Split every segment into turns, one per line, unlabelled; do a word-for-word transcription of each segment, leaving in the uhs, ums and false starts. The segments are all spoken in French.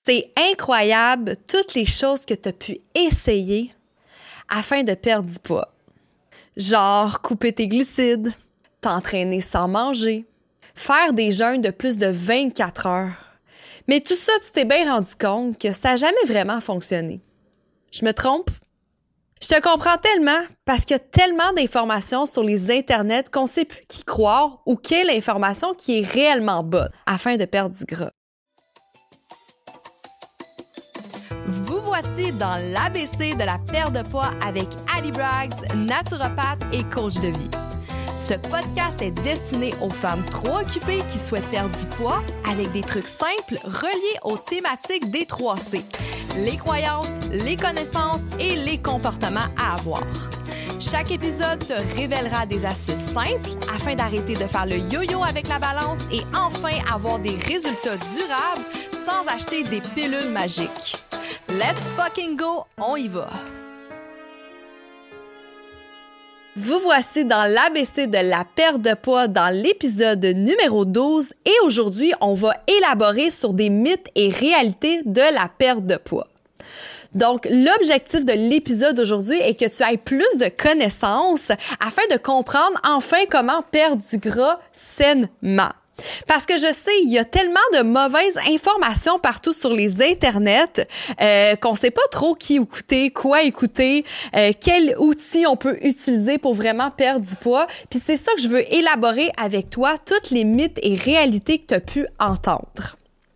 C'est incroyable toutes les choses que tu as pu essayer afin de perdre du poids. Genre couper tes glucides, t'entraîner sans manger, faire des jeûnes de plus de vingt-quatre heures. Mais tout ça, tu t'es bien rendu compte que ça n'a jamais vraiment fonctionné. Je me trompe? Je te comprends tellement parce qu'il y a tellement d'informations sur les internets qu'on ne sait plus qui croire ou quelle information qui est réellement bonne afin de perdre du gras. Vous voici dans l'A B C de la perte de poids avec Ali Braggs, naturopathe et coach de vie. Ce podcast est destiné aux femmes trop occupées qui souhaitent perdre du poids avec des trucs simples reliés aux thématiques des trois C, les croyances, les connaissances et les comportements à avoir. Chaque épisode te révélera des astuces simples afin d'arrêter de faire le yo-yo avec la balance et enfin avoir des résultats durables sans acheter des pilules magiques. Let's fucking go, on y va! Vous voici dans l'A B C de la perte de poids dans l'épisode numéro douze et aujourd'hui, on va élaborer sur des mythes et réalités de la perte de poids. Donc, l'objectif de l'épisode d'aujourd'hui est que tu aies plus de connaissances afin de comprendre enfin comment perdre du gras sainement. Parce que je sais, il y a tellement de mauvaises informations partout sur les internets euh, qu'on sait pas trop qui écouter, quoi écouter, euh, quels outils on peut utiliser pour vraiment perdre du poids. Puis c'est ça que je veux élaborer avec toi, toutes les mythes et réalités que tu as pu entendre.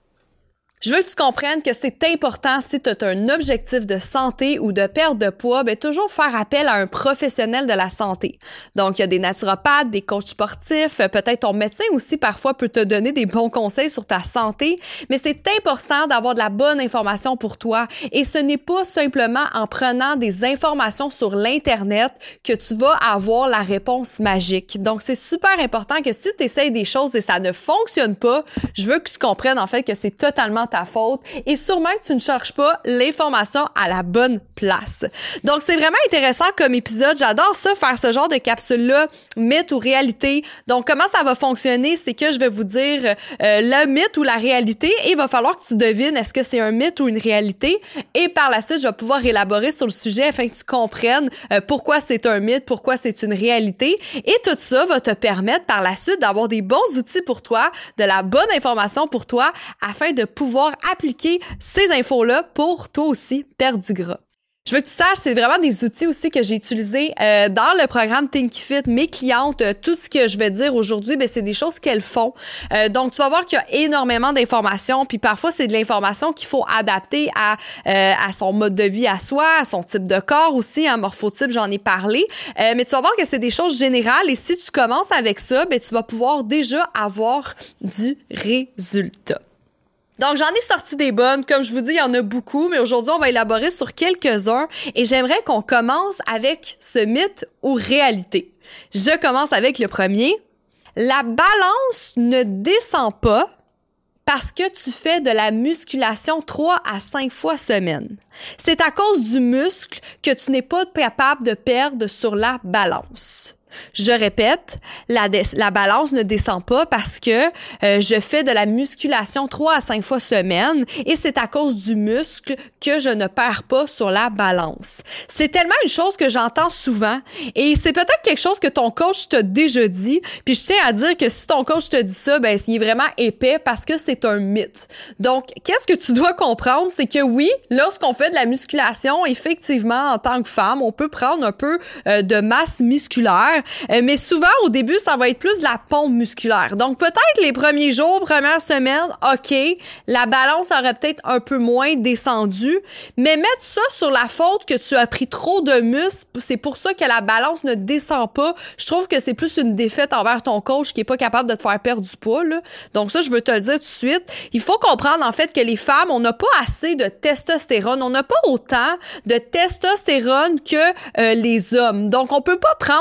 Je veux que tu comprennes que c'est important si tu as un objectif de santé ou de perte de poids, bien toujours faire appel à un professionnel de la santé. Donc, il y a des naturopathes, des coachs sportifs, peut-être ton médecin aussi parfois peut te donner des bons conseils sur ta santé, mais c'est important d'avoir de la bonne information pour toi et ce n'est pas simplement en prenant des informations sur l'Internet que tu vas avoir la réponse magique. Donc, c'est super important que si tu essayes des choses et ça ne fonctionne pas, je veux que tu comprennes en fait que c'est totalement ta faute et sûrement que tu ne cherches pas l'information à la bonne place. Donc, c'est vraiment intéressant comme épisode. J'adore ça, faire ce genre de capsule-là, mythe ou réalité. Donc, comment ça va fonctionner? C'est que je vais vous dire euh, le mythe ou la réalité et il va falloir que tu devines est-ce que c'est un mythe ou une réalité. Et par la suite, je vais pouvoir élaborer sur le sujet afin que tu comprennes euh, pourquoi c'est un mythe, pourquoi c'est une réalité. Et tout ça va te permettre par la suite d'avoir des bons outils pour toi, de la bonne information pour toi afin de pouvoir appliquer ces infos-là pour toi aussi perdre du gras. Je veux que tu saches, c'est vraiment des outils aussi que j'ai utilisés euh, dans le programme Think Fit. Mes clientes, euh, tout ce que je vais dire aujourd'hui, ben c'est des choses qu'elles font. Euh, donc, tu vas voir qu'il y a énormément d'informations, puis parfois, c'est de l'information qu'il faut adapter à euh, à son mode de vie à soi, à son type de corps aussi, un morphotype, j'en ai parlé. Euh, mais tu vas voir que c'est des choses générales et si tu commences avec ça, ben tu vas pouvoir déjà avoir du résultat. Donc, j'en ai sorti des bonnes. Comme je vous dis, il y en a beaucoup, mais aujourd'hui, on va élaborer sur quelques-uns et j'aimerais qu'on commence avec ce mythe ou réalité. Je commence avec le premier. La balance ne descend pas parce que tu fais de la musculation trois à cinq fois semaine. C'est à cause du muscle que tu n'es pas capable de perdre sur la balance. Je répète, la, des- la balance ne descend pas parce que euh, je fais de la musculation trois à cinq fois semaine et c'est à cause du muscle que je ne perds pas sur la balance. C'est tellement une chose que j'entends souvent et c'est peut-être quelque chose que ton coach t'a déjà dit. Puis je tiens à dire que si ton coach te dit ça, ben il est vraiment épais parce que c'est un mythe. Donc, qu'est-ce que tu dois comprendre? C'est que oui, lorsqu'on fait de la musculation, effectivement, en tant que femme, on peut prendre un peu euh, de masse musculaire. Euh, mais souvent, au début, ça va être plus de la pompe musculaire. Donc, peut-être les premiers jours, première semaine, OK, la balance aurait peut-être un peu moins descendu, mais mettre ça sur la faute que tu as pris trop de muscles, c'est pour ça que la balance ne descend pas. Je trouve que c'est plus une défaite envers ton coach qui est pas capable de te faire perdre du poids, là. Donc, ça, je veux te le dire tout de suite. Il faut comprendre, en fait, que les femmes, on n'a pas assez de testostérone. On n'a pas autant de testostérone que euh, les hommes. Donc, on peut pas prendre du muscle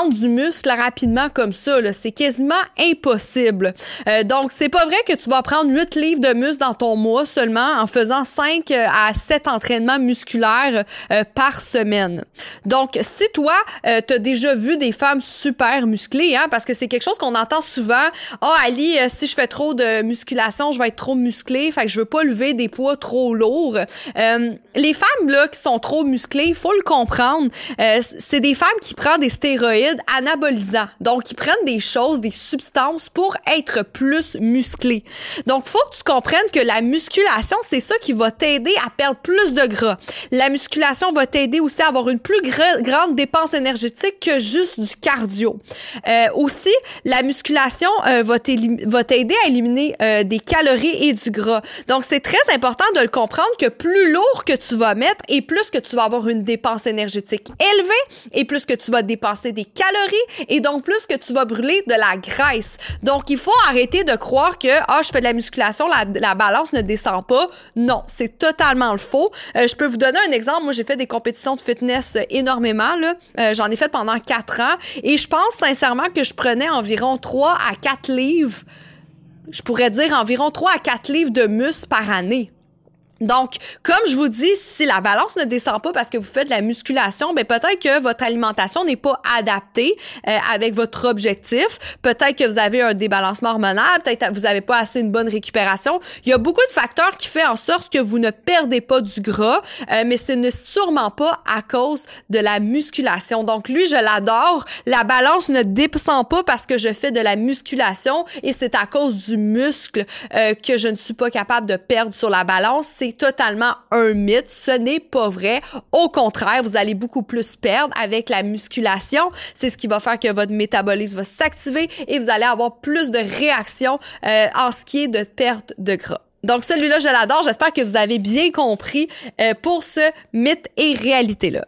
muscle rapidement comme ça, là. C'est quasiment impossible. Euh, donc, c'est pas vrai que tu vas prendre huit livres de muscle dans ton mois seulement en faisant cinq à sept entraînements musculaires euh, par semaine. Donc, si toi, euh, t'as déjà vu des femmes super musclées, hein, parce que c'est quelque chose qu'on entend souvent. « Ah, oh, Ali, euh, si je fais trop de musculation, je vais être trop musclée, fait que je veux pas lever des poids trop lourds. Euh, » Les femmes, là, qui sont trop musclées, il faut le comprendre, euh, c'est des femmes qui prennent des stéroïdes anabolisants. Donc, ils prennent des choses, des substances pour être plus musclées. Donc, faut que tu comprennes que la musculation, c'est ça qui va t'aider à perdre plus de gras. La musculation va t'aider aussi à avoir une plus gr- grande dépense énergétique que juste du cardio. Euh, aussi, la musculation euh, va, va t'aider à éliminer euh, des calories et du gras. Donc, c'est très important de le comprendre que plus lourd que tu vas mettre et plus que tu vas avoir une dépense énergétique élevée et plus que tu vas dépenser des calories et donc plus que tu vas brûler de la graisse. Donc, il faut arrêter de croire que « Ah, je fais de la musculation, la, la balance ne descend pas. » Non, c'est totalement le faux. Euh, je peux vous donner un exemple. Moi, j'ai fait des compétitions de fitness énormément, là. Euh, j'en ai fait pendant quatre ans et je pense sincèrement que je prenais environ trois à quatre livres, je pourrais dire environ trois à quatre livres de muscle par année. Donc, comme je vous dis, si la balance ne descend pas parce que vous faites de la musculation, ben peut-être que votre alimentation n'est pas adaptée euh, avec votre objectif. Peut-être que vous avez un débalancement hormonal, peut-être que vous n'avez pas assez une bonne récupération. Il y a beaucoup de facteurs qui font en sorte que vous ne perdez pas du gras, euh, mais ce n'est sûrement pas à cause de la musculation. Donc, lui, je l'adore. La balance ne descend pas parce que je fais de la musculation et c'est à cause du muscle euh, que je ne suis pas capable de perdre sur la balance. C'est totalement un mythe. Ce n'est pas vrai. Au contraire, vous allez beaucoup plus perdre avec la musculation. C'est ce qui va faire que votre métabolisme va s'activer et vous allez avoir plus de réactions euh, en ce qui est de perte de gras. Donc, celui-là, je l'adore. J'espère que vous avez bien compris euh, pour ce mythe et réalité-là.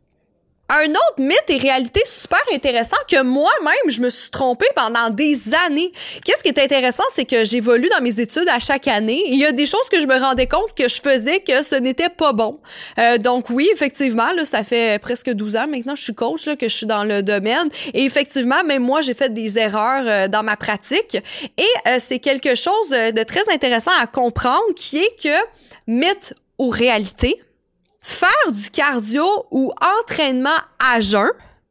Un autre mythe et réalité super intéressant que moi-même, je me suis trompée pendant des années. Qu'est-ce qui est intéressant, c'est que j'évolue dans mes études à chaque année. Il y a des choses que je me rendais compte que je faisais que ce n'était pas bon. Euh, donc oui, effectivement, là, ça fait presque douze ans maintenant, je suis coach, là, que je suis dans le domaine. Et effectivement, même moi, j'ai fait des erreurs euh, dans ma pratique. Et euh, c'est quelque chose de très intéressant à comprendre qui est que mythe ou réalité, faire du cardio ou entraînement à jeun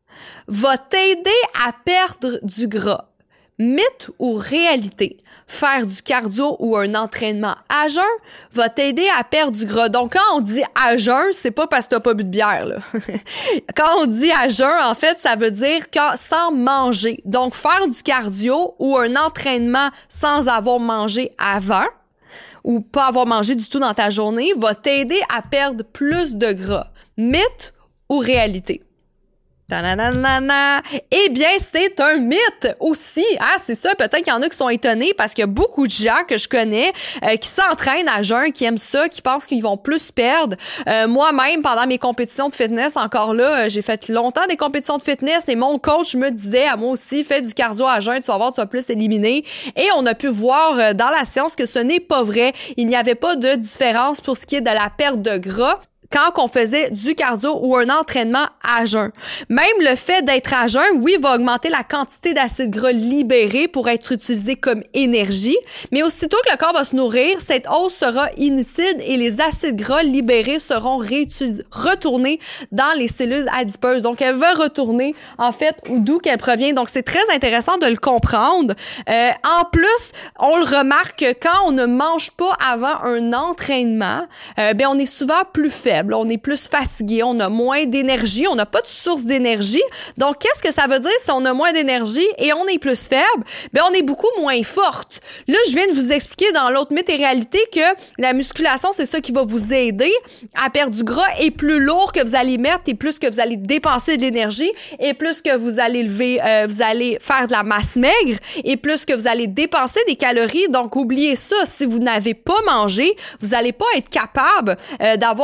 va t'aider à perdre du gras. Mythe ou réalité, faire du cardio ou un entraînement à jeun va t'aider à perdre du gras. Donc, quand on dit à jeun, c'est pas parce que t'as pas bu de bière, là. Quand on dit à jeun, en fait, ça veut dire quand, sans manger. Donc, faire du cardio ou un entraînement sans avoir mangé avant, ou pas avoir mangé du tout dans ta journée, va t'aider à perdre plus de gras. Mythe ou réalité? Ta-na-na-na-na. Eh bien, c'est un mythe aussi. Ah, c'est ça, peut-être qu'il y en a qui sont étonnés parce qu'il y a beaucoup de gens que je connais euh, qui s'entraînent à jeun, qui aiment ça, qui pensent qu'ils vont plus perdre. Euh, moi-même, pendant mes compétitions de fitness, encore là, euh, j'ai fait longtemps des compétitions de fitness et mon coach me disait à moi aussi, fais du cardio à jeun, tu vas voir, tu vas plus éliminer. Et on a pu voir euh, dans la science que ce n'est pas vrai. Il n'y avait pas de différence pour ce qui est de la perte de gras quand on faisait du cardio ou un entraînement à jeun. Même le fait d'être à jeun, oui, va augmenter la quantité d'acides gras libérés pour être utilisé comme énergie, mais aussitôt que le corps va se nourrir, cette hausse sera inutile et les acides gras libérés seront réutilisés, retournés dans les cellules adipeuses. Donc, elle va retourner, en fait, d'où qu'elle provient. Donc, c'est très intéressant de le comprendre. Euh, en plus, on le remarque quand on ne mange pas avant un entraînement, euh, ben on est souvent plus faible. On est plus fatigué, on a moins d'énergie, on n'a pas de source d'énergie. Donc, qu'est-ce que ça veut dire si on a moins d'énergie et on est plus faible? Bien, on est beaucoup moins forte. Là, je viens de vous expliquer dans l'autre mythe et réalité que la musculation, c'est ça qui va vous aider à perdre du gras et plus lourd que vous allez mettre et plus que vous allez dépenser de l'énergie et plus que vous allez lever, euh, vous allez faire de la masse maigre et plus que vous allez dépenser des calories. Donc, oubliez ça. Si vous n'avez pas mangé, vous n'allez pas être capable euh, d'avoir cette réaction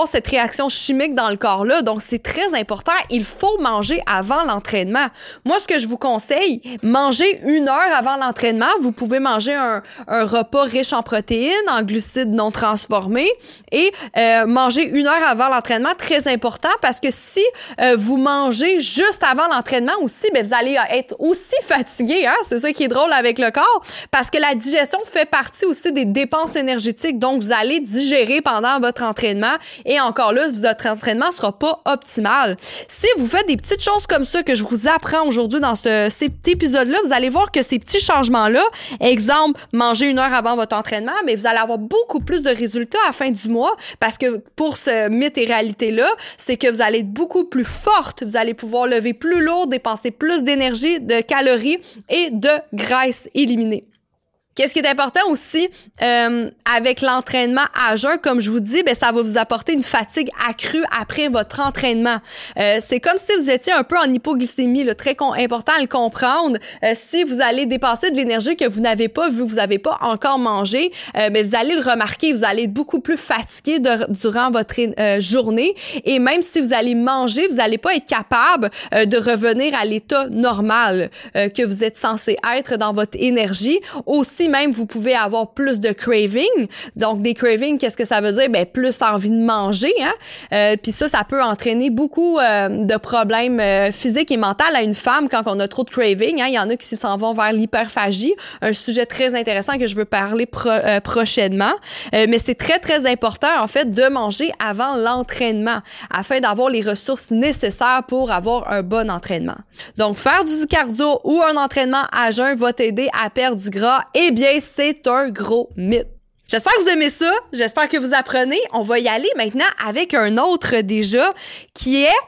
réactions chimiques dans le corps là. Donc, c'est très important. Il faut manger avant l'entraînement. Moi, ce que je vous conseille, mangez une heure avant l'entraînement. Vous pouvez manger un, un repas riche en protéines, en glucides non transformés et euh, manger une heure avant l'entraînement. Très important parce que si euh, vous mangez juste avant l'entraînement aussi, ben vous allez être aussi fatigué. Hein? C'est ça qui est drôle avec le corps parce que la digestion fait partie aussi des dépenses énergétiques. Donc, vous allez digérer pendant votre entraînement et encore là, votre entraînement sera pas optimal. Si vous faites des petites choses comme ça que je vous apprends aujourd'hui dans ce, cet épisode-là, vous allez voir que ces petits changements-là, exemple, manger une heure avant votre entraînement, mais vous allez avoir beaucoup plus de résultats à la fin du mois parce que pour ce mythe et réalité-là, c'est que vous allez être beaucoup plus forte, vous allez pouvoir lever plus lourd, dépenser plus d'énergie, de calories et de graisse éliminée. Qu'est-ce qui est important aussi euh, avec l'entraînement à jeun, comme je vous dis, ben ça va vous apporter une fatigue accrue après votre entraînement. Euh, c'est comme si vous étiez un peu en hypoglycémie, là, très con- important à le comprendre. Euh, si vous allez dépasser de l'énergie que vous n'avez pas, vu que vous n'avez pas encore mangé, euh, ben vous allez le remarquer, vous allez être beaucoup plus fatigué de, durant votre euh, journée. Et même si vous allez manger, vous n'allez pas être capable euh, de revenir à l'état normal euh, que vous êtes censé être dans votre énergie. Aussi, même, vous pouvez avoir plus de craving. Donc, des cravings, qu'est-ce que ça veut dire? Ben, plus envie de manger, hein? Euh, puis ça, ça peut entraîner beaucoup euh, de problèmes euh, physiques et mentaux à une femme quand on a trop de craving, hein? Il y en a qui s'en vont vers l'hyperphagie, un sujet très intéressant que je veux parler pro- euh, prochainement. Euh, mais c'est très, très important, en fait, de manger avant l'entraînement afin d'avoir les ressources nécessaires pour avoir un bon entraînement. Donc, faire du cardio ou un entraînement à jeun va t'aider à perdre du gras et bien, c'est un gros mythe. J'espère que vous aimez ça. J'espère que vous apprenez. On va y aller maintenant avec un autre déjà qui est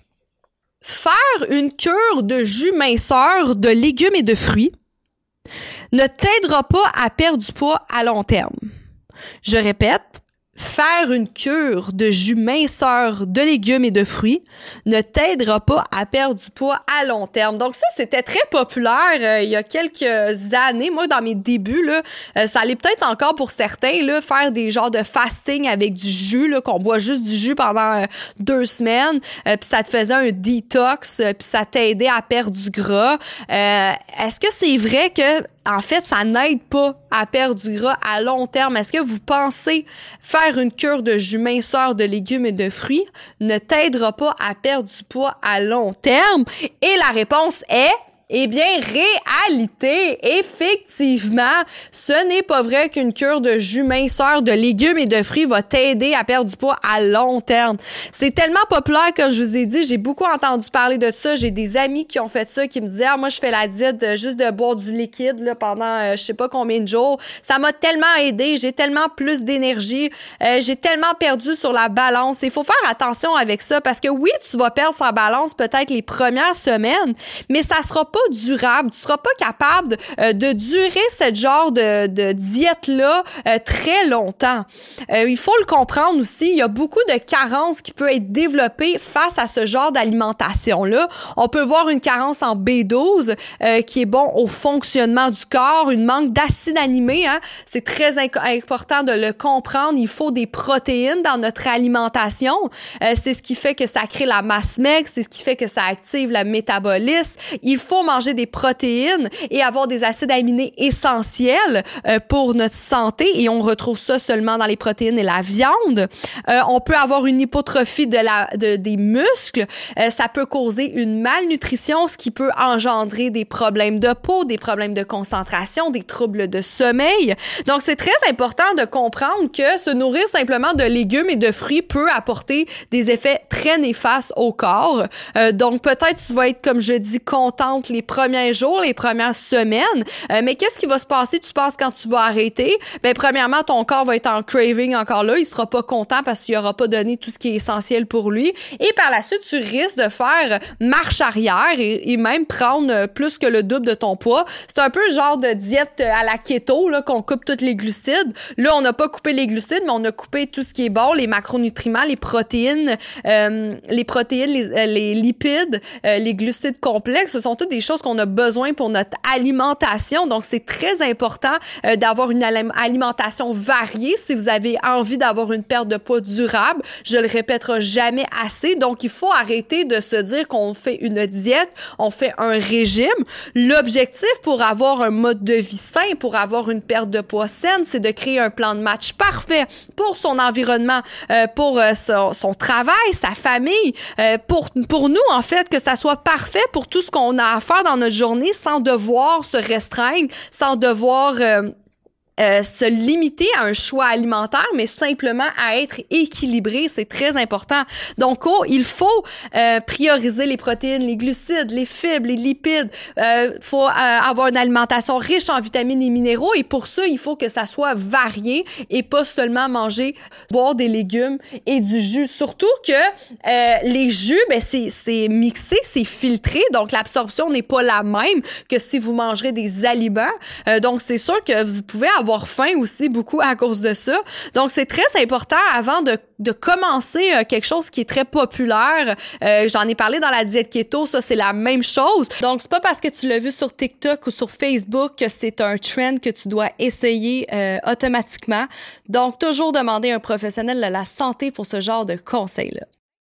faire une cure de jus minceur de légumes et de fruits ne t'aidera pas à perdre du poids à long terme. Je répète, faire une cure de jus minceur de légumes et de fruits ne t'aidera pas à perdre du poids à long terme. Donc ça, c'était très populaire euh, il y a quelques années. Moi, dans mes débuts, là, euh, ça allait peut-être encore pour certains, là, faire des genres de fasting avec du jus, là, qu'on boit juste du jus pendant euh, deux semaines, euh, puis ça te faisait un détox, euh, puis ça t'aidait à perdre du gras. Euh, est-ce que c'est vrai que en fait, ça n'aide pas à perdre du gras à long terme? Est-ce que vous pensez faire une cure de jus minceur de légumes et de fruits ne t'aidera pas à perdre du poids à long terme? Et la réponse est... Eh bien, réalité, effectivement, ce n'est pas vrai qu'une cure de jus minceur de légumes et de fruits va t'aider à perdre du poids à long terme. C'est tellement populaire, comme je vous ai dit, j'ai beaucoup entendu parler de ça. J'ai des amis qui ont fait ça, qui me disaient, ah, moi, je fais la diète de, juste de boire du liquide là, pendant euh, je sais pas combien de jours. Ça m'a tellement aidé, j'ai tellement plus d'énergie, euh, j'ai tellement perdu sur la balance. Il faut faire attention avec ça parce que oui, tu vas perdre sa balance peut-être les premières semaines, mais ça sera pas durable, tu seras pas capable euh, de durer ce genre de, de diète-là euh, très longtemps. Euh, il faut le comprendre aussi, il y a beaucoup de carences qui peuvent être développées face à ce genre d'alimentation-là. On peut voir une carence en B douze euh, qui est bon au fonctionnement du corps, une manque d'acide aminé, hein. C'est très inc- important de le comprendre. Il faut des protéines dans notre alimentation. Euh, c'est ce qui fait que ça crée la masse maigre, c'est ce qui fait que ça active le métabolisme. Il faut manger des protéines et avoir des acides aminés essentiels euh, pour notre santé et on retrouve ça seulement dans les protéines et la viande. Euh, on peut avoir une hypotrophie de la, de, des muscles. Euh, ça peut causer une malnutrition, ce qui peut engendrer des problèmes de peau, des problèmes de concentration, des troubles de sommeil. Donc, c'est très important de comprendre que se nourrir simplement de légumes et de fruits peut apporter des effets très néfastes au corps. Euh, donc, peut-être tu vas être, comme je dis, contente les premiers jours, les premières semaines. Euh, mais qu'est-ce qui va se passer, tu penses, quand tu vas arrêter? Ben, premièrement, ton corps va être en craving encore là. Il sera pas content parce qu'il aura pas donné tout ce qui est essentiel pour lui. Et par la suite, tu risques de faire marche arrière et, et même prendre plus que le double de ton poids. C'est un peu le genre de diète à la keto, là, qu'on coupe tous les glucides. Là, on n'a pas coupé les glucides, mais on a coupé tout ce qui est bon, les macronutriments, les protéines, euh, les protéines, les, les lipides, euh, les glucides complexes. Ce sont toutes des choses qu'on a besoin pour notre alimentation. Donc, c'est très important euh, d'avoir une alimentation variée si vous avez envie d'avoir une perte de poids durable. Je le répéterai jamais assez. Donc, il faut arrêter de se dire qu'on fait une diète, on fait un régime. L'objectif pour avoir un mode de vie sain, pour avoir une perte de poids saine, c'est de créer un plan de match parfait pour son environnement, euh, pour euh, son, son travail, sa famille, euh, pour, pour nous, en fait, que ça soit parfait pour tout ce qu'on a à faire dans notre journée sans devoir se restreindre, sans devoir... Euh, Euh, se limiter à un choix alimentaire, mais simplement à être équilibré, c'est très important. Donc, oh, il faut euh, prioriser les protéines, les glucides, les fibres, les lipides. Il euh, faut euh, avoir une alimentation riche en vitamines et minéraux, et pour ça, il faut que ça soit varié et pas seulement manger, boire des légumes et du jus. Surtout que euh, les jus, ben c'est c'est mixé, c'est filtré, donc l'absorption n'est pas la même que si vous mangerez des aliments. Euh, donc, c'est sûr que vous pouvez avoir avoir faim aussi beaucoup à cause de ça. Donc, c'est très important avant de, de commencer euh, quelque chose qui est très populaire. Euh, j'en ai parlé dans la diète keto, ça, c'est la même chose. Donc, c'est pas parce que tu l'as vu sur TikTok ou sur Facebook que c'est un trend que tu dois essayer euh, automatiquement. Donc, toujours demander à un professionnel de la santé pour ce genre de conseils-là.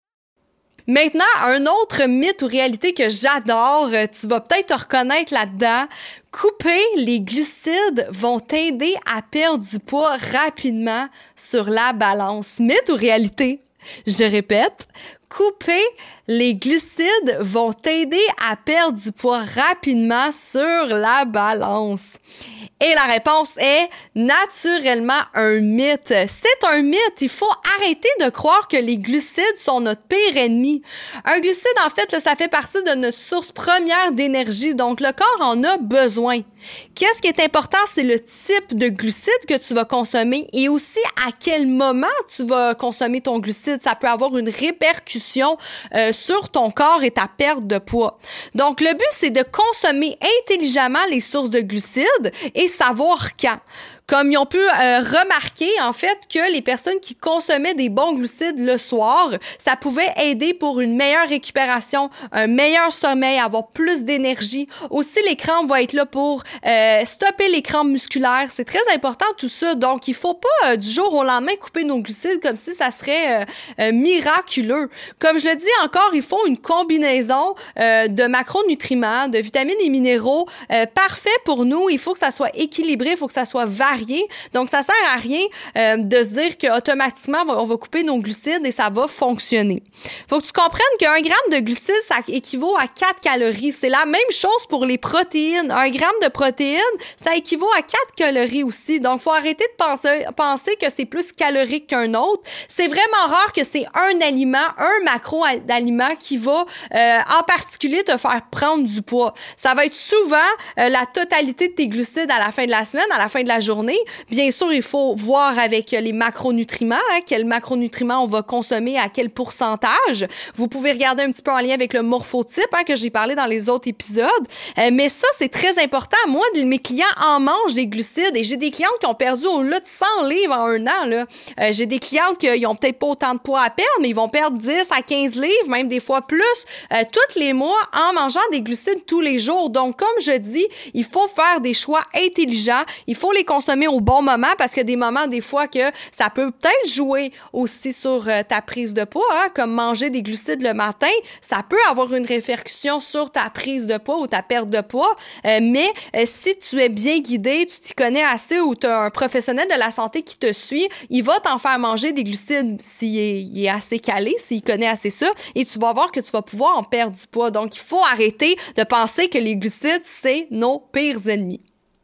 Maintenant, un autre mythe ou réalité que j'adore, tu vas peut-être te reconnaître là-dedans. Couper les glucides vont t'aider à perdre du poids rapidement sur la balance. Mythe ou réalité? Je répète, couper les glucides vont t'aider à perdre du poids rapidement sur la balance. Et la réponse est naturellement un mythe. C'est un mythe. Il faut arrêter de croire que les glucides sont notre pire ennemi. Un glucide, en fait, là, ça fait partie de notre source première d'énergie. Donc, le corps en a besoin. Qu'est-ce qui est important? C'est le type de glucides que tu vas consommer et aussi à quel moment tu vas consommer ton glucide. Ça peut avoir une répercussion euh, sur ton corps et ta perte de poids. Donc, le but, c'est de consommer intelligemment les sources de glucides et savoir quand. Comme ils ont pu euh, remarquer, en fait, que les personnes qui consommaient des bons glucides le soir, ça pouvait aider pour une meilleure récupération, un meilleur sommeil, avoir plus d'énergie. Aussi, les crampes vont être là pour euh, stopper les crampes musculaires. C'est très important tout ça. Donc, il faut pas euh, du jour au lendemain couper nos glucides comme si ça serait euh, euh, miraculeux. Comme je le dis encore, il faut une combinaison euh, de macronutriments, de vitamines et minéraux euh, parfait pour nous. Il faut que ça soit équilibré, il faut que ça soit varié. Donc, ça sert à rien euh, de se dire qu'automatiquement, on va couper nos glucides et ça va fonctionner. Faut que tu comprennes qu'un gramme de glucides, ça équivaut à quatre calories. C'est la même chose pour les protéines. Un gramme de protéines, ça équivaut à quatre calories aussi. Donc, faut arrêter de penser, penser que c'est plus calorique qu'un autre. C'est vraiment rare que c'est un aliment, un macro d'aliment qui va euh, en particulier te faire prendre du poids. Ça va être souvent euh, la totalité de tes glucides à la fin de la semaine, à la fin de la journée. Bien sûr, il faut voir avec les macronutriments, hein, quels macronutriments on va consommer, à quel pourcentage. Vous pouvez regarder un petit peu en lien avec le morphotype, hein, que j'ai parlé dans les autres épisodes. Euh, mais ça, c'est très important. Moi, mes clients en mangent des glucides et j'ai des clientes qui ont perdu au-delà de cent livres en un an. Là. Euh, j'ai des clientes qui ont peut-être pas autant de poids à perdre, mais ils vont perdre dix à quinze livres, même des fois plus, euh, tous les mois en mangeant des glucides tous les jours. Donc, comme je dis, il faut faire des choix intelligents. Il faut les consommer au bon moment parce qu'il y a des moments, des fois, que ça peut peut-être jouer aussi sur euh, ta prise de poids, hein, comme manger des glucides le matin, ça peut avoir une répercussion sur ta prise de poids ou ta perte de poids, euh, mais euh, si tu es bien guidé, tu t'y connais assez ou tu as un professionnel de la santé qui te suit, il va t'en faire manger des glucides s'il est, il est assez calé, s'il connaît assez ça, et tu vas voir que tu vas pouvoir en perdre du poids. Donc, il faut arrêter de penser que les glucides, c'est nos pires ennemis.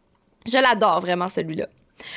Je l'adore vraiment, celui-là.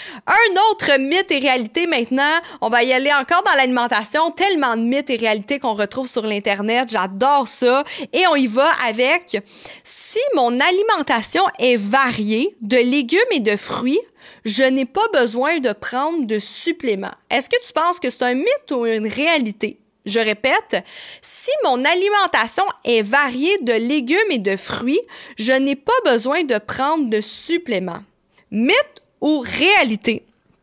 Un autre mythe et réalité maintenant, on va y aller encore dans l'alimentation, tellement de mythes et réalités qu'on retrouve sur l'Internet, j'adore ça, et on y va avec « Si mon alimentation est variée de légumes et de fruits, je n'ai pas besoin de prendre de suppléments. » Est-ce que tu penses que c'est un mythe ou une réalité? Je répète, si mon alimentation est variée de légumes et de fruits, je n'ai pas besoin de prendre de suppléments. Mythe ou réalité?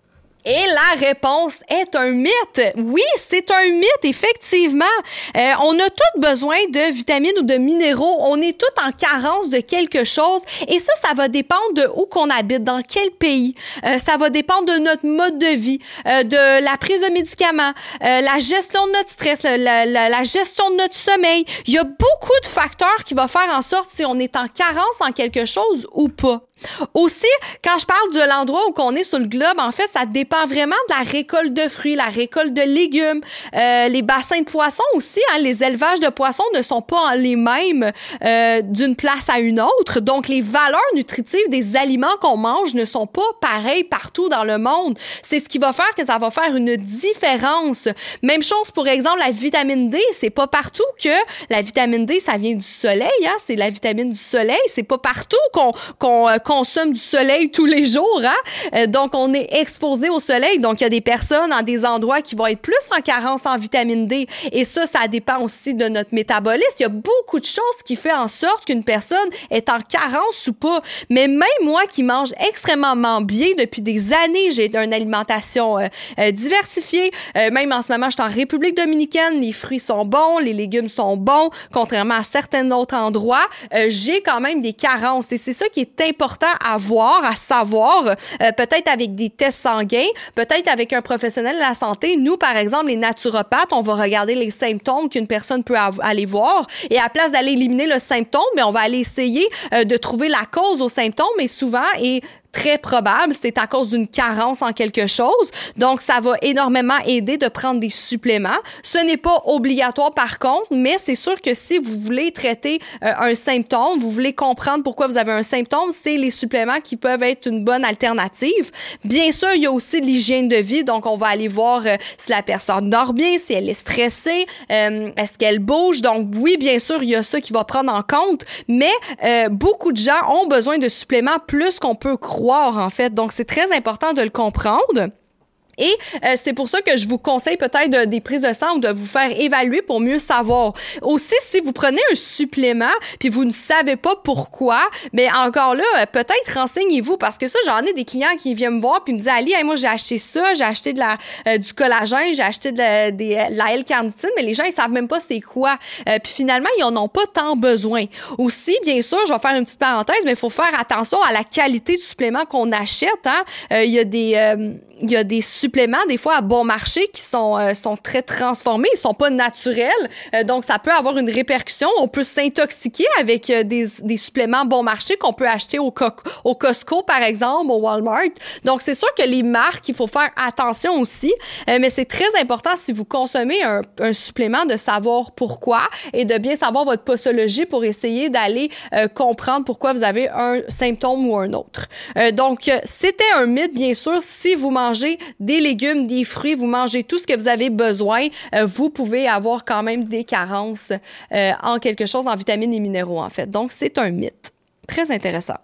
Et la réponse est un mythe. Oui, c'est un mythe, effectivement. Euh, on a tous besoin de vitamines ou de minéraux. On est tous en carence de quelque chose. Et ça, ça va dépendre de où qu'on habite, dans quel pays. Euh, ça va dépendre de notre mode de vie, euh, de la prise de médicaments, euh, la gestion de notre stress, la, la, la gestion de notre sommeil. Il y a beaucoup de facteurs qui vont faire en sorte si on est en carence en quelque chose ou pas. Aussi, quand je parle de l'endroit où on est sur le globe, en fait, ça dépend vraiment de la récolte de fruits, la récolte de légumes, euh, les bassins de poissons aussi. Hein, les élevages de poissons ne sont pas les mêmes euh, d'une place à une autre. Donc, les valeurs nutritives des aliments qu'on mange ne sont pas pareilles partout dans le monde. C'est ce qui va faire que ça va faire une différence. Même chose, pour exemple, la vitamine D. C'est pas partout que la vitamine D, ça vient du soleil. Hein, c'est la vitamine du soleil. C'est pas partout qu'on qu'on euh, consomme du soleil tous les jours, hein? Euh, donc, on est exposé au soleil. Donc, il y a des personnes dans des endroits qui vont être plus en carence en vitamine D. Et ça, ça dépend aussi de notre métabolisme. Il y a beaucoup de choses qui font en sorte qu'une personne est en carence ou pas. Mais même moi qui mange extrêmement bien depuis des années, j'ai une alimentation euh, euh, diversifiée. Euh, même en ce moment, je suis en République dominicaine. Les fruits sont bons, les légumes sont bons, contrairement à certains autres endroits. Euh, j'ai quand même des carences. Et c'est ça qui est important à voir, à savoir, euh, peut-être avec des tests sanguins, peut-être avec un professionnel de la santé. Nous, par exemple, les naturopathes, on va regarder les symptômes qu'une personne peut av- aller voir et à place d'aller éliminer le symptôme, mais on va aller essayer euh, de trouver la cause aux symptômes et souvent, et très probable, c'est à cause d'une carence en quelque chose. Donc, ça va énormément aider de prendre des suppléments. Ce n'est pas obligatoire par contre, mais c'est sûr que si vous voulez traiter euh, un symptôme, vous voulez comprendre pourquoi vous avez un symptôme, c'est les suppléments qui peuvent être une bonne alternative. Bien sûr, il y a aussi l'hygiène de vie. Donc, on va aller voir euh, si la personne dort bien, si elle est stressée, euh, est-ce qu'elle bouge. Donc, oui, bien sûr, il y a ça qui va prendre en compte, mais euh, beaucoup de gens ont besoin de suppléments plus qu'on peut croire, en fait. Donc, c'est très important de le comprendre. Et euh, c'est pour ça que je vous conseille peut-être de, des prises de sang ou de vous faire évaluer pour mieux savoir. Aussi, si vous prenez un supplément puis vous ne savez pas pourquoi, mais encore là, peut-être renseignez-vous parce que ça, j'en ai des clients qui viennent me voir puis me disent « Ali, hey, moi j'ai acheté ça, j'ai acheté de la euh, du collagène, j'ai acheté de la, des, de la L-carnitine, mais les gens ils savent même pas c'est quoi. Euh, » Puis finalement, ils en ont pas tant besoin. Aussi, bien sûr, je vais faire une petite parenthèse, mais il faut faire attention à la qualité du supplément qu'on achète. Hein. Euh, il y a des euh, il y a des suppléments, des fois, à bon marché qui sont, euh, sont très transformés. Ils sont pas naturels. Euh, donc, ça peut avoir une répercussion. On peut s'intoxiquer avec euh, des, des suppléments bon marché qu'on peut acheter au, Co- au Costco, par exemple, au Walmart. Donc, c'est sûr que les marques, il faut faire attention aussi. Euh, mais c'est très important, si vous consommez un, un supplément, de savoir pourquoi et de bien savoir votre posologie pour essayer d'aller euh, comprendre pourquoi vous avez un symptôme ou un autre. Euh, donc, c'était un mythe, bien sûr. Si vous mangez mangez des légumes, des fruits, vous mangez tout ce que vous avez besoin, euh, vous pouvez avoir quand même des carences euh, en quelque chose, en vitamines et minéraux, en fait. Donc, c'est un mythe. Très intéressant.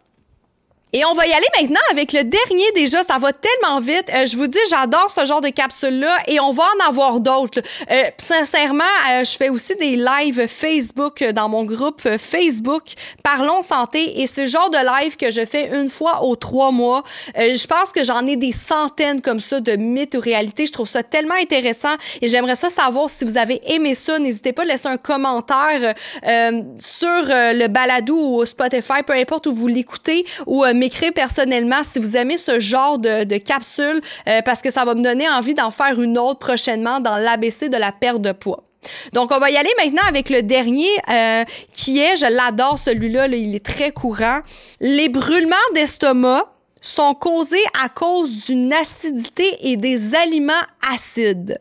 Et on va y aller maintenant avec le dernier déjà, ça va tellement vite. Euh, je vous dis, j'adore ce genre de capsules-là et on va en avoir d'autres. Euh, sincèrement, euh, je fais aussi des lives Facebook dans mon groupe Facebook Parlons Santé et c'est le genre de live que je fais une fois aux trois mois. Euh, je pense que j'en ai des centaines comme ça de mythes ou réalités. Je trouve ça tellement intéressant et j'aimerais ça savoir si vous avez aimé ça. N'hésitez pas à laisser un commentaire euh, sur euh, le balado ou Spotify, peu importe où vous l'écoutez, ou euh, m'écrire personnellement si vous aimez ce genre de, de capsule euh, parce que ça va me donner envie d'en faire une autre prochainement dans l'A B C de la perte de poids. Donc, on va y aller maintenant avec le dernier euh, qui est, je l'adore celui-là, là, il est très courant. Les brûlements d'estomac sont causés à cause d'une acidité et des aliments acides.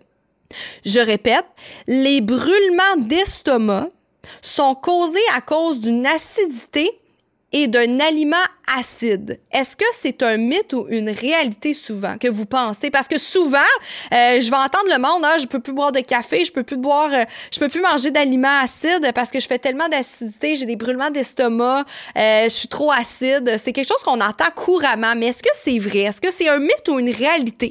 Je répète, les brûlements d'estomac sont causés à cause d'une acidité et d'un aliment acide. Est-ce que c'est un mythe ou une réalité souvent que vous pensez? Parce que souvent, euh, je vais entendre le monde, ah, je peux plus boire de café, je peux plus boire, euh, je peux plus manger d'aliments acides parce que je fais tellement d'acidité, j'ai des brûlements d'estomac, euh, je suis trop acide. C'est quelque chose qu'on entend couramment, mais est-ce que c'est vrai? Est-ce que c'est un mythe ou une réalité?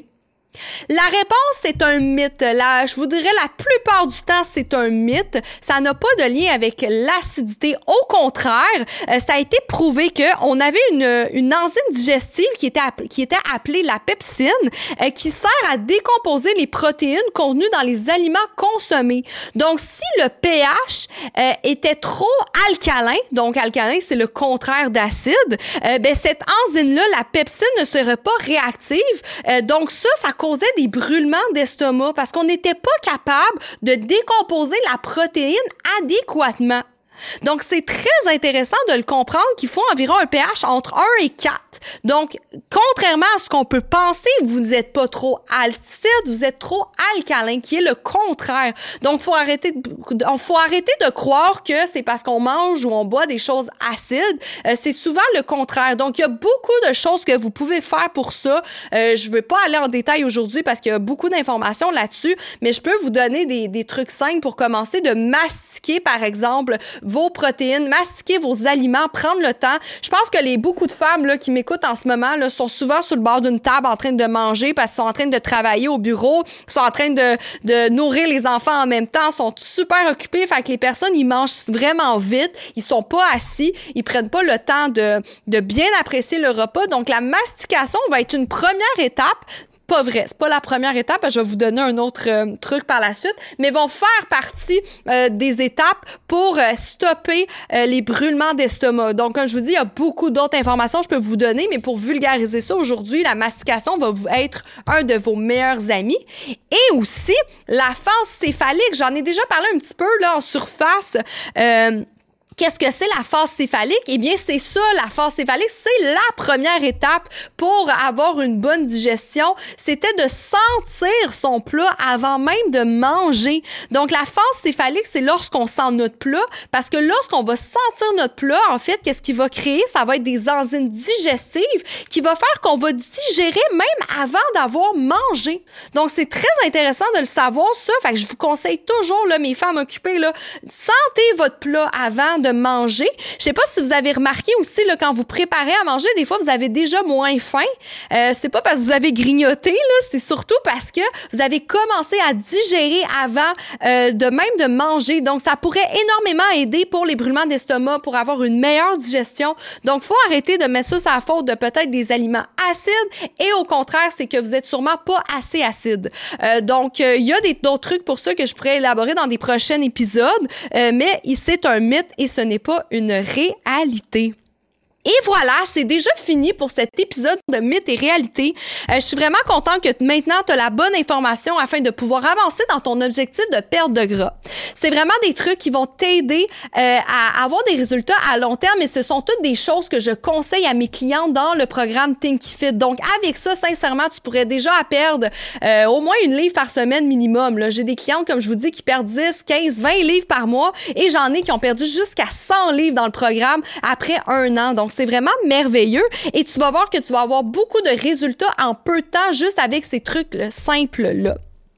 La réponse, c'est un mythe. Là, je vous dirais, la plupart du temps, c'est un mythe. Ça n'a pas de lien avec l'acidité. Au contraire, euh, ça a été prouvé qu'on avait une, une enzyme digestive qui était, qui était appelée la pepsine, euh, qui sert à décomposer les protéines contenues dans les aliments consommés. Donc, si le pH euh, était trop alcalin, donc alcalin, c'est le contraire d'acide, euh, ben cette enzyme-là, la pepsine, ne serait pas réactive. Euh, donc, ça, ça causait des brûlements d'estomac parce qu'on n'était pas capable de décomposer la protéine adéquatement. Donc, c'est très intéressant de le comprendre qu'il faut environ un pH entre un et quatre. Donc, contrairement à ce qu'on peut penser, vous n'êtes pas trop acide, vous êtes trop alcalin, qui est le contraire. Donc, faut arrêter de, faut arrêter de croire que c'est parce qu'on mange ou on boit des choses acides. Euh, c'est souvent le contraire. Donc, il y a beaucoup de choses que vous pouvez faire pour ça. Euh, je ne vais pas aller en détail aujourd'hui parce qu'il y a beaucoup d'informations là-dessus, mais je peux vous donner des, des trucs simples pour commencer, de mastiquer, par exemple, vos protéines, mastiquer vos aliments, prendre le temps. Je pense que les beaucoup de femmes là, qui m'écoutent en ce moment là, sont souvent sur le bord d'une table en train de manger parce qu'ils sont en train de travailler au bureau, sont en train de, de nourrir les enfants en même temps, sont super occupés. Fait que les personnes, ils mangent vraiment vite, ils sont pas assis, ils prennent pas le temps de, de bien apprécier le repas. Donc, la mastication va être une première étape. Pas vrai, c'est pas la première étape, je vais vous donner un autre euh, truc par la suite, mais vont faire partie euh, des étapes pour euh, stopper euh, les brûlements d'estomac. Donc, comme je vous dis, il y a beaucoup d'autres informations que je peux vous donner, mais pour vulgariser ça aujourd'hui, la mastication va vous être un de vos meilleurs amis. Et aussi, la phase céphalique, j'en ai déjà parlé un petit peu là en surface. Euh, Qu'est-ce que c'est la phase céphalique? Eh bien, c'est ça, la phase céphalique, c'est la première étape pour avoir une bonne digestion. C'était de sentir son plat avant même de manger. Donc, la phase céphalique, c'est lorsqu'on sent notre plat, parce que lorsqu'on va sentir notre plat, en fait, qu'est-ce qu'il va créer? Ça va être des enzymes digestives qui va faire qu'on va digérer même avant d'avoir mangé. Donc, c'est très intéressant de le savoir, ça. Fait que je vous conseille toujours, là, mes femmes occupées, là, sentez votre plat avant de manger. Je sais pas si vous avez remarqué aussi, là, quand vous préparez à manger, des fois, vous avez déjà moins faim. Euh, c'est pas parce que vous avez grignoté, là, c'est surtout parce que vous avez commencé à digérer avant euh, de même de manger. Donc, ça pourrait énormément aider pour les brûlements d'estomac, pour avoir une meilleure digestion. Donc, faut arrêter de mettre ça sur la faute de peut-être des aliments acides et au contraire, c'est que vous êtes sûrement pas assez acide. Euh, donc, il euh, y a des, d'autres trucs pour ça que je pourrais élaborer dans des prochains épisodes, euh, mais c'est un mythe et ce n'est pas une réalité. Et voilà, c'est déjà fini pour cet épisode de Mythes et réalité. Euh, je suis vraiment contente que maintenant tu as la bonne information afin de pouvoir avancer dans ton objectif de perte de gras. C'est vraiment des trucs qui vont t'aider euh, à avoir des résultats à long terme et ce sont toutes des choses que je conseille à mes clientes dans le programme Tinky Fit. Donc avec ça, sincèrement, tu pourrais déjà perdre euh, au moins une livre par semaine minimum. Là. J'ai des clientes, comme je vous dis, qui perdent dix, quinze, vingt livres par mois et j'en ai qui ont perdu jusqu'à cent livres dans le programme après un an. Donc c'est vraiment merveilleux et tu vas voir que tu vas avoir beaucoup de résultats en peu de temps juste avec ces trucs simples-là.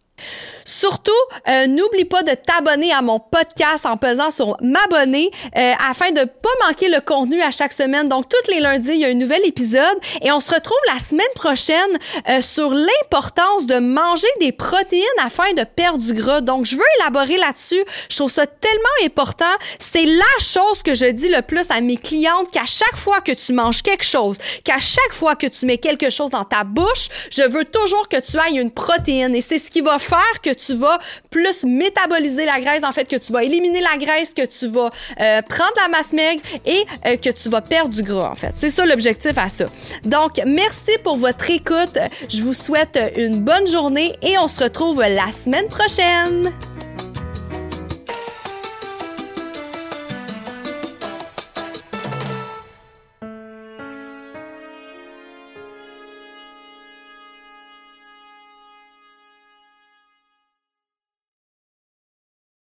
Surtout, euh, n'oublie pas de t'abonner à mon podcast en pesant sur m'abonner euh, afin de pas manquer le contenu à chaque semaine. Donc, tous les lundis, il y a un nouvel épisode et on se retrouve la semaine prochaine euh, sur l'importance de manger des protéines afin de perdre du gras. Donc, je veux élaborer là-dessus. Je trouve ça tellement important. C'est la chose que je dis le plus à mes clientes, qu'à chaque fois que tu manges quelque chose, qu'à chaque fois que tu mets quelque chose dans ta bouche, je veux toujours que tu ailles une protéine et c'est ce qui va faire que tu vas plus métaboliser la graisse, en fait, que tu vas éliminer la graisse, que tu vas euh, prendre la masse maigre et euh, que tu vas perdre du gras, en fait. C'est ça l'objectif à ça. Donc, merci pour votre écoute. Je vous souhaite une bonne journée et on se retrouve la semaine prochaine.